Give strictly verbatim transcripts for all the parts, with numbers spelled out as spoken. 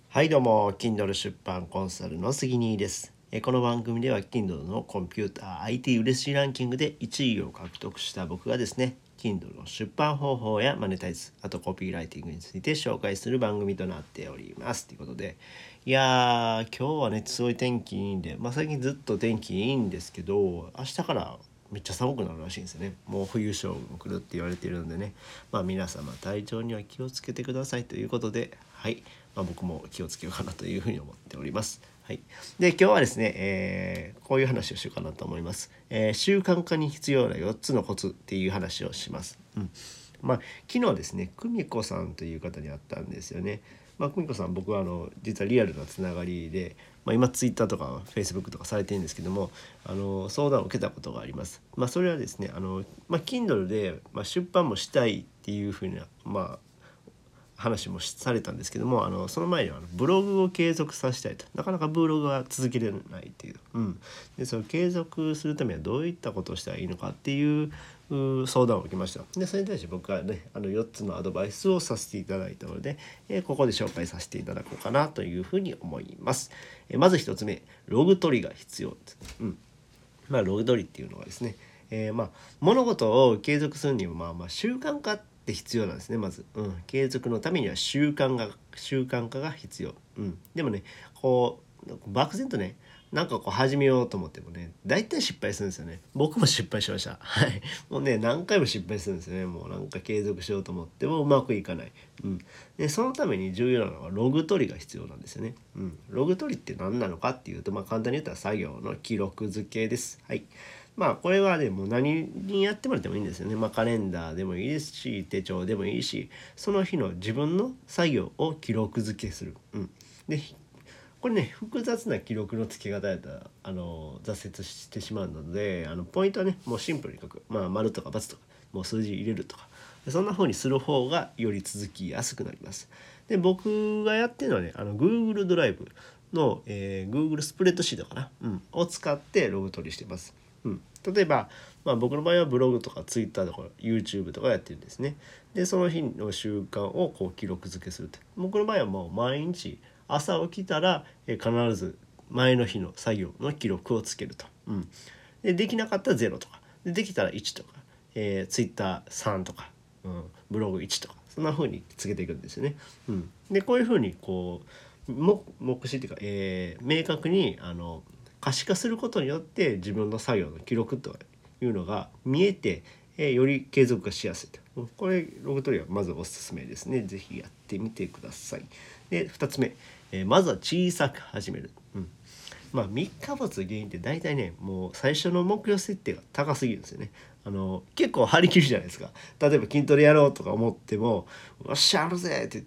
はいどうも Kindle 出版コンサルの杉兄です。えこの番組では Kindle のコンピューター アイティー 嬉しいランキングでいちいを獲得した僕がですね Kindle の出版方法やマネタイズ、あとコピーライティングについて紹介する番組となっておりますということで、いやー今日はねすごい天気いいんで、まあ最近ずっと天気いいんですけど、明日からめっちゃ寒くなるらしいんですよね。もう冬将軍来るって言われているのでね、まあ皆様体調には気をつけてくださいということで、はい、まあ、僕も気をつけようかなというふうに思っております。はい、で今日はですね、えーこういう話をしようかなと思います。えー習慣化に必要なよっつのコツっていう話をします。うんまあ、昨日ですね久美子さんという方に会ったんですよね。まあ、久美子さん僕はあの実はリアルなつながりで、まあ、今ツイッターとかフェイスブックとかされてるんですけども、あの相談を受けたことがあります。まあ、それはですねあの、まあ、Kindle で、まあ、出版もしたいっていうふうな、まあ、話もされたんですけども、あのその前にはあのブログを継続させたいと、なかなかブログが続けれないっていう、うん、でその継続するためにはどういったことをしたらいいのかっていうう相談を受けました。でそれに対して僕はねあのよっつのアドバイスをさせていただいたので、えーここで紹介させていただこうかなというふうに思います。えーまずひとつめ、ログ取りが必要です。うんまあ、ログ取りっていうのはですね、えーまあ、物事を継続するにはまあまあ習慣化って必要なんですね。まず、うん、継続のためには習慣が習慣化が必要、うん、でもねこう漠然とねなんかこう始めようと思ってもね大体失敗するんですよね。僕も失敗しました。はいもうね何回も失敗するんですよね。もうなんか継続しようと思ってもうまくいかない、うん、でそのために重要なのはログ取りが必要なんですよね。うん、ログ取りって何なのかっていうと、まあ、簡単に言ったら作業の記録付けです。はいまあこれはねもう何にやってもらってもいいんですよね。まあカレンダーでもいいですし手帳でもいいし、その日の自分の作業を記録付けする。うん、でこれね複雑な記録の付け方やったらあの挫折してしまうので、あのポイントはねもうシンプルに書く、まあ丸とか×とかもう数字入れるとか、そんな風にする方がより続きやすくなります。で僕がやってるのはねあの Google ドライブの、えー、Google スプレッドシートかな、うん、を使ってログ取りしてます。うん、例えば、まあ、僕の場合はブログとか Twitter とか YouTube とかやってるんですね。でその日の習慣をこう記録付けすると。僕の場合はもう毎日朝起きたら、えー必ず前の日の作業の記録をつけると。うん、でできなかったらゼロとかでできたらいちとか、えー、Twitterさんとか、うん、ブログいちとかそんな風につけていくんですよね。うん、でこういう風にこう目目視っていうか、えー明確にあの可視化することによって自分の作業の記録というのが見えて、えーより継続がしやすいと。うんこれログ取りはまずおすすめですね。ぜひやってみてください。でふたつめ、えーまずは小さく始める。うんまあ三日坊主の原因って大体ねもう最初の目標設定が高すぎるんですよね。あの結構張り切るじゃないですか。例えば筋トレやろうとか思ってもよっしゃあるぜって言って、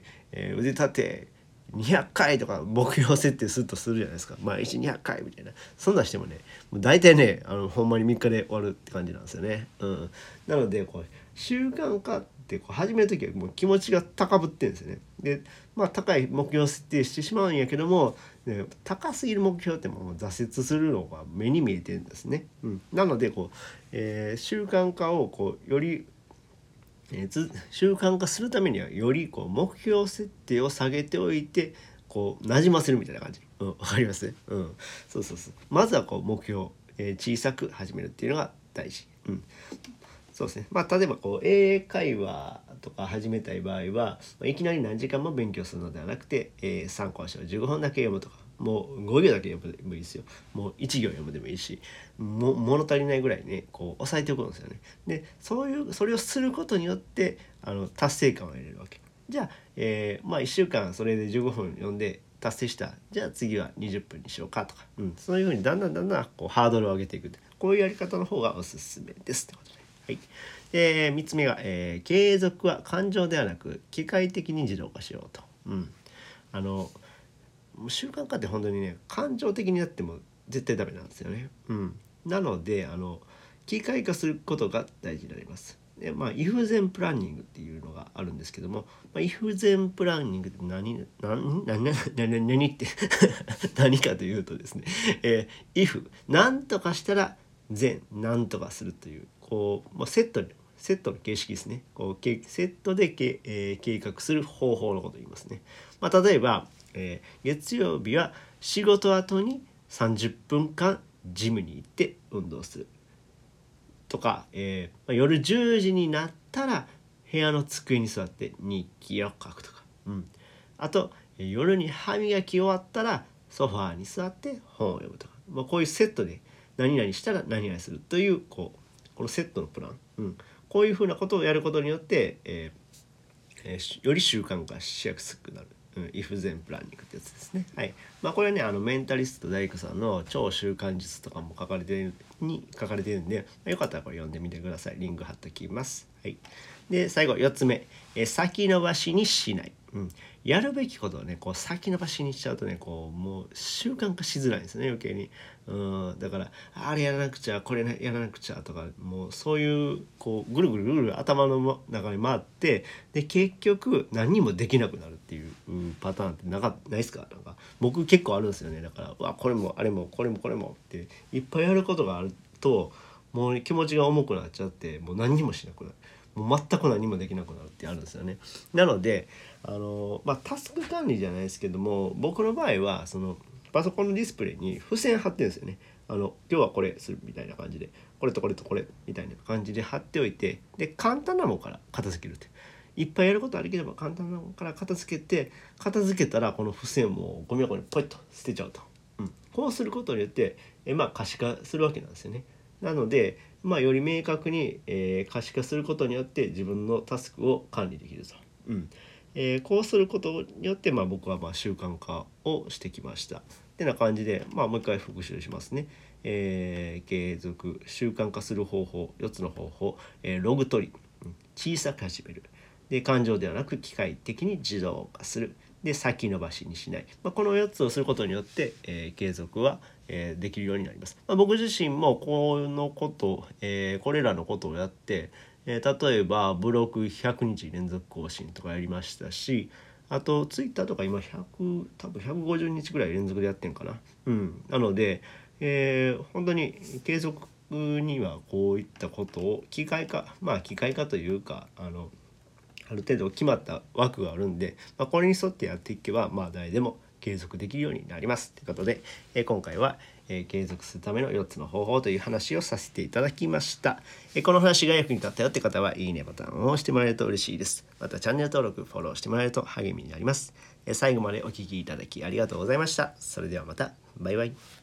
えー腕立てにひゃっかいとか目標設定するとするじゃないですか。まあいちにひゃっかいみたいなそんなんしてもねもう大体ねあのほんまにみっかで終わるって感じなんですよね。うん、なのでこう習慣化ってこう始める時はもう気持ちが高ぶってるんですよね。でまあ高い目標設定してしまうんやけども、ね、高すぎる目標ってもう挫折するのが目に見えてるんですね。うん、なのでこう、えー習慣化をこうよりえーつ習慣化するためにはよりこう目標設定を下げておいてこう馴染ませるみたいな感じ。うん、わかります？うん、そうそうそう。まずはこう目標、えー小さく始めるっていうのが大事。うん、そうですね。まあ例えばこう英会話とか始めたい場合は、まあいきなり何時間も勉強するのではなくて、えー参考書をじゅうごふんだけ読むとか、もうご行だけ読むでもいいですよ。もういち行読むでもいいし、も物足りないぐらいね、こう押さえておくんですよね。で、そういうそれをすることによってあの達成感を得れるわけ。じゃあ、えーまあいっしゅうかんそれでじゅうごふん読んで達成した。じゃあ次はにじゅっぷんにしようかとか、うん、そういうふうにだんだんだんだんこうハードルを上げていく。こういうやり方の方がおすすめですってことで。はい。でみっつめが、えー継続は感情ではなく機械的に自動化しようと。うん、あの習慣化って本当にね感情的になっても絶対ダメなんですよね。うん、なのであの機械化することが大事になります。でまあ、イフゼンプランニングっていうのがあるんですけども、まあ、イフゼンプランニングって何何何何何何って何かというとですね、えー、if 何とかしたら全何とかするというこう、まあ、セットにセットの形式ですね。こうセットでけ、えー計画する方法のことを言いますね。まあ、例えばえー、月曜日は仕事後にさんじゅっぷんかんジムに行って運動するとか、えーまあ、夜じゅうじになったら部屋の机に座って日記を書くとか、うん、あと夜に歯磨き終わったらソファーに座って本を読むとか、まあ、こういうセットで何々したら何々するというこうこのセットのプラン、うん、こういうふうなことをやることによって、えーえー、より習慣化しやすくなる、うん、イフゼンプランニングってやつですね。はい。まあこれはね、あのメンタリスト大工さんの超習慣術とかも書かれているに書かれているんで、まあ、よかったらこれ読んでみてください。リンク貼っておきます。はい。で最後よっつめ、えー、先延ばしにしない。うん、やるべきことをねこう先延ばしにしちゃうとねこうもう習慣化しづらいんですね余計に。うんだからあれやらなくちゃこれやらなくちゃとかもうそういうこうぐるぐるぐるぐる頭の中に回ってで結局何にもできなくなるっていうパターンってなかないですか？なんか僕結構あるんですよね。だからうわこれもあれもこれもこれもっていっぱいやることがあるともう気持ちが重くなっちゃってもう何にもしなくなる。もう全く何もできなくなるってあるんですよね。なのであの、まあ、タスク管理じゃないですけども僕の場合はそのパソコンのディスプレイに付箋貼ってるんですよね。あの今日はこれするみたいな感じでこれとこれとこれみたいな感じで貼っておいてで簡単なものから片付けるっていっぱいやることあるければ簡単なものから片付けて片付けたらこの付箋もゴミ箱にポイッと捨てちゃうと、うん、こうすることによってえまあ可視化するわけなんですよね。なのでまあ、より明確に、えー、可視化することによって自分のタスクを管理できると、うんえー、こうすることによって、まあ、僕はまあ習慣化をしてきましたってな感じで、まあ、もう一回復習しますね、えー、継続習慣化する方法よっつの方法、えー、ログ取り、うん、小さく始めるで感情ではなく機械的に自動化するで先延ばしにしない、まあ、このよっつをすることによって、えー、継続は、えー、できるようになります、まあ、僕自身もこのこと、えー、これらのことをやって、えー、例えばブログひゃくにち連続更新とかやりましたしあとツイッターとか今ひゃく多分ひゃくごじゅうにちぐらい連続でやってんかな、うん、なので、えー、本当に継続にはこういったことを機械化まあ機械化というかあのある程度決まった枠があるんで、まあ、これに沿ってやっていけば、まあ、誰でも継続できるようになりますということで、えー、今回は、えー、継続するためのよっつの方法という話をさせていただきました、えー、この話が役に立ったよって方はいいねボタンを押してもらえると嬉しいです。またチャンネル登録フォローしてもらえると励みになります。えー、最後までお聞きいただきありがとうございました。それではまたバイバイ。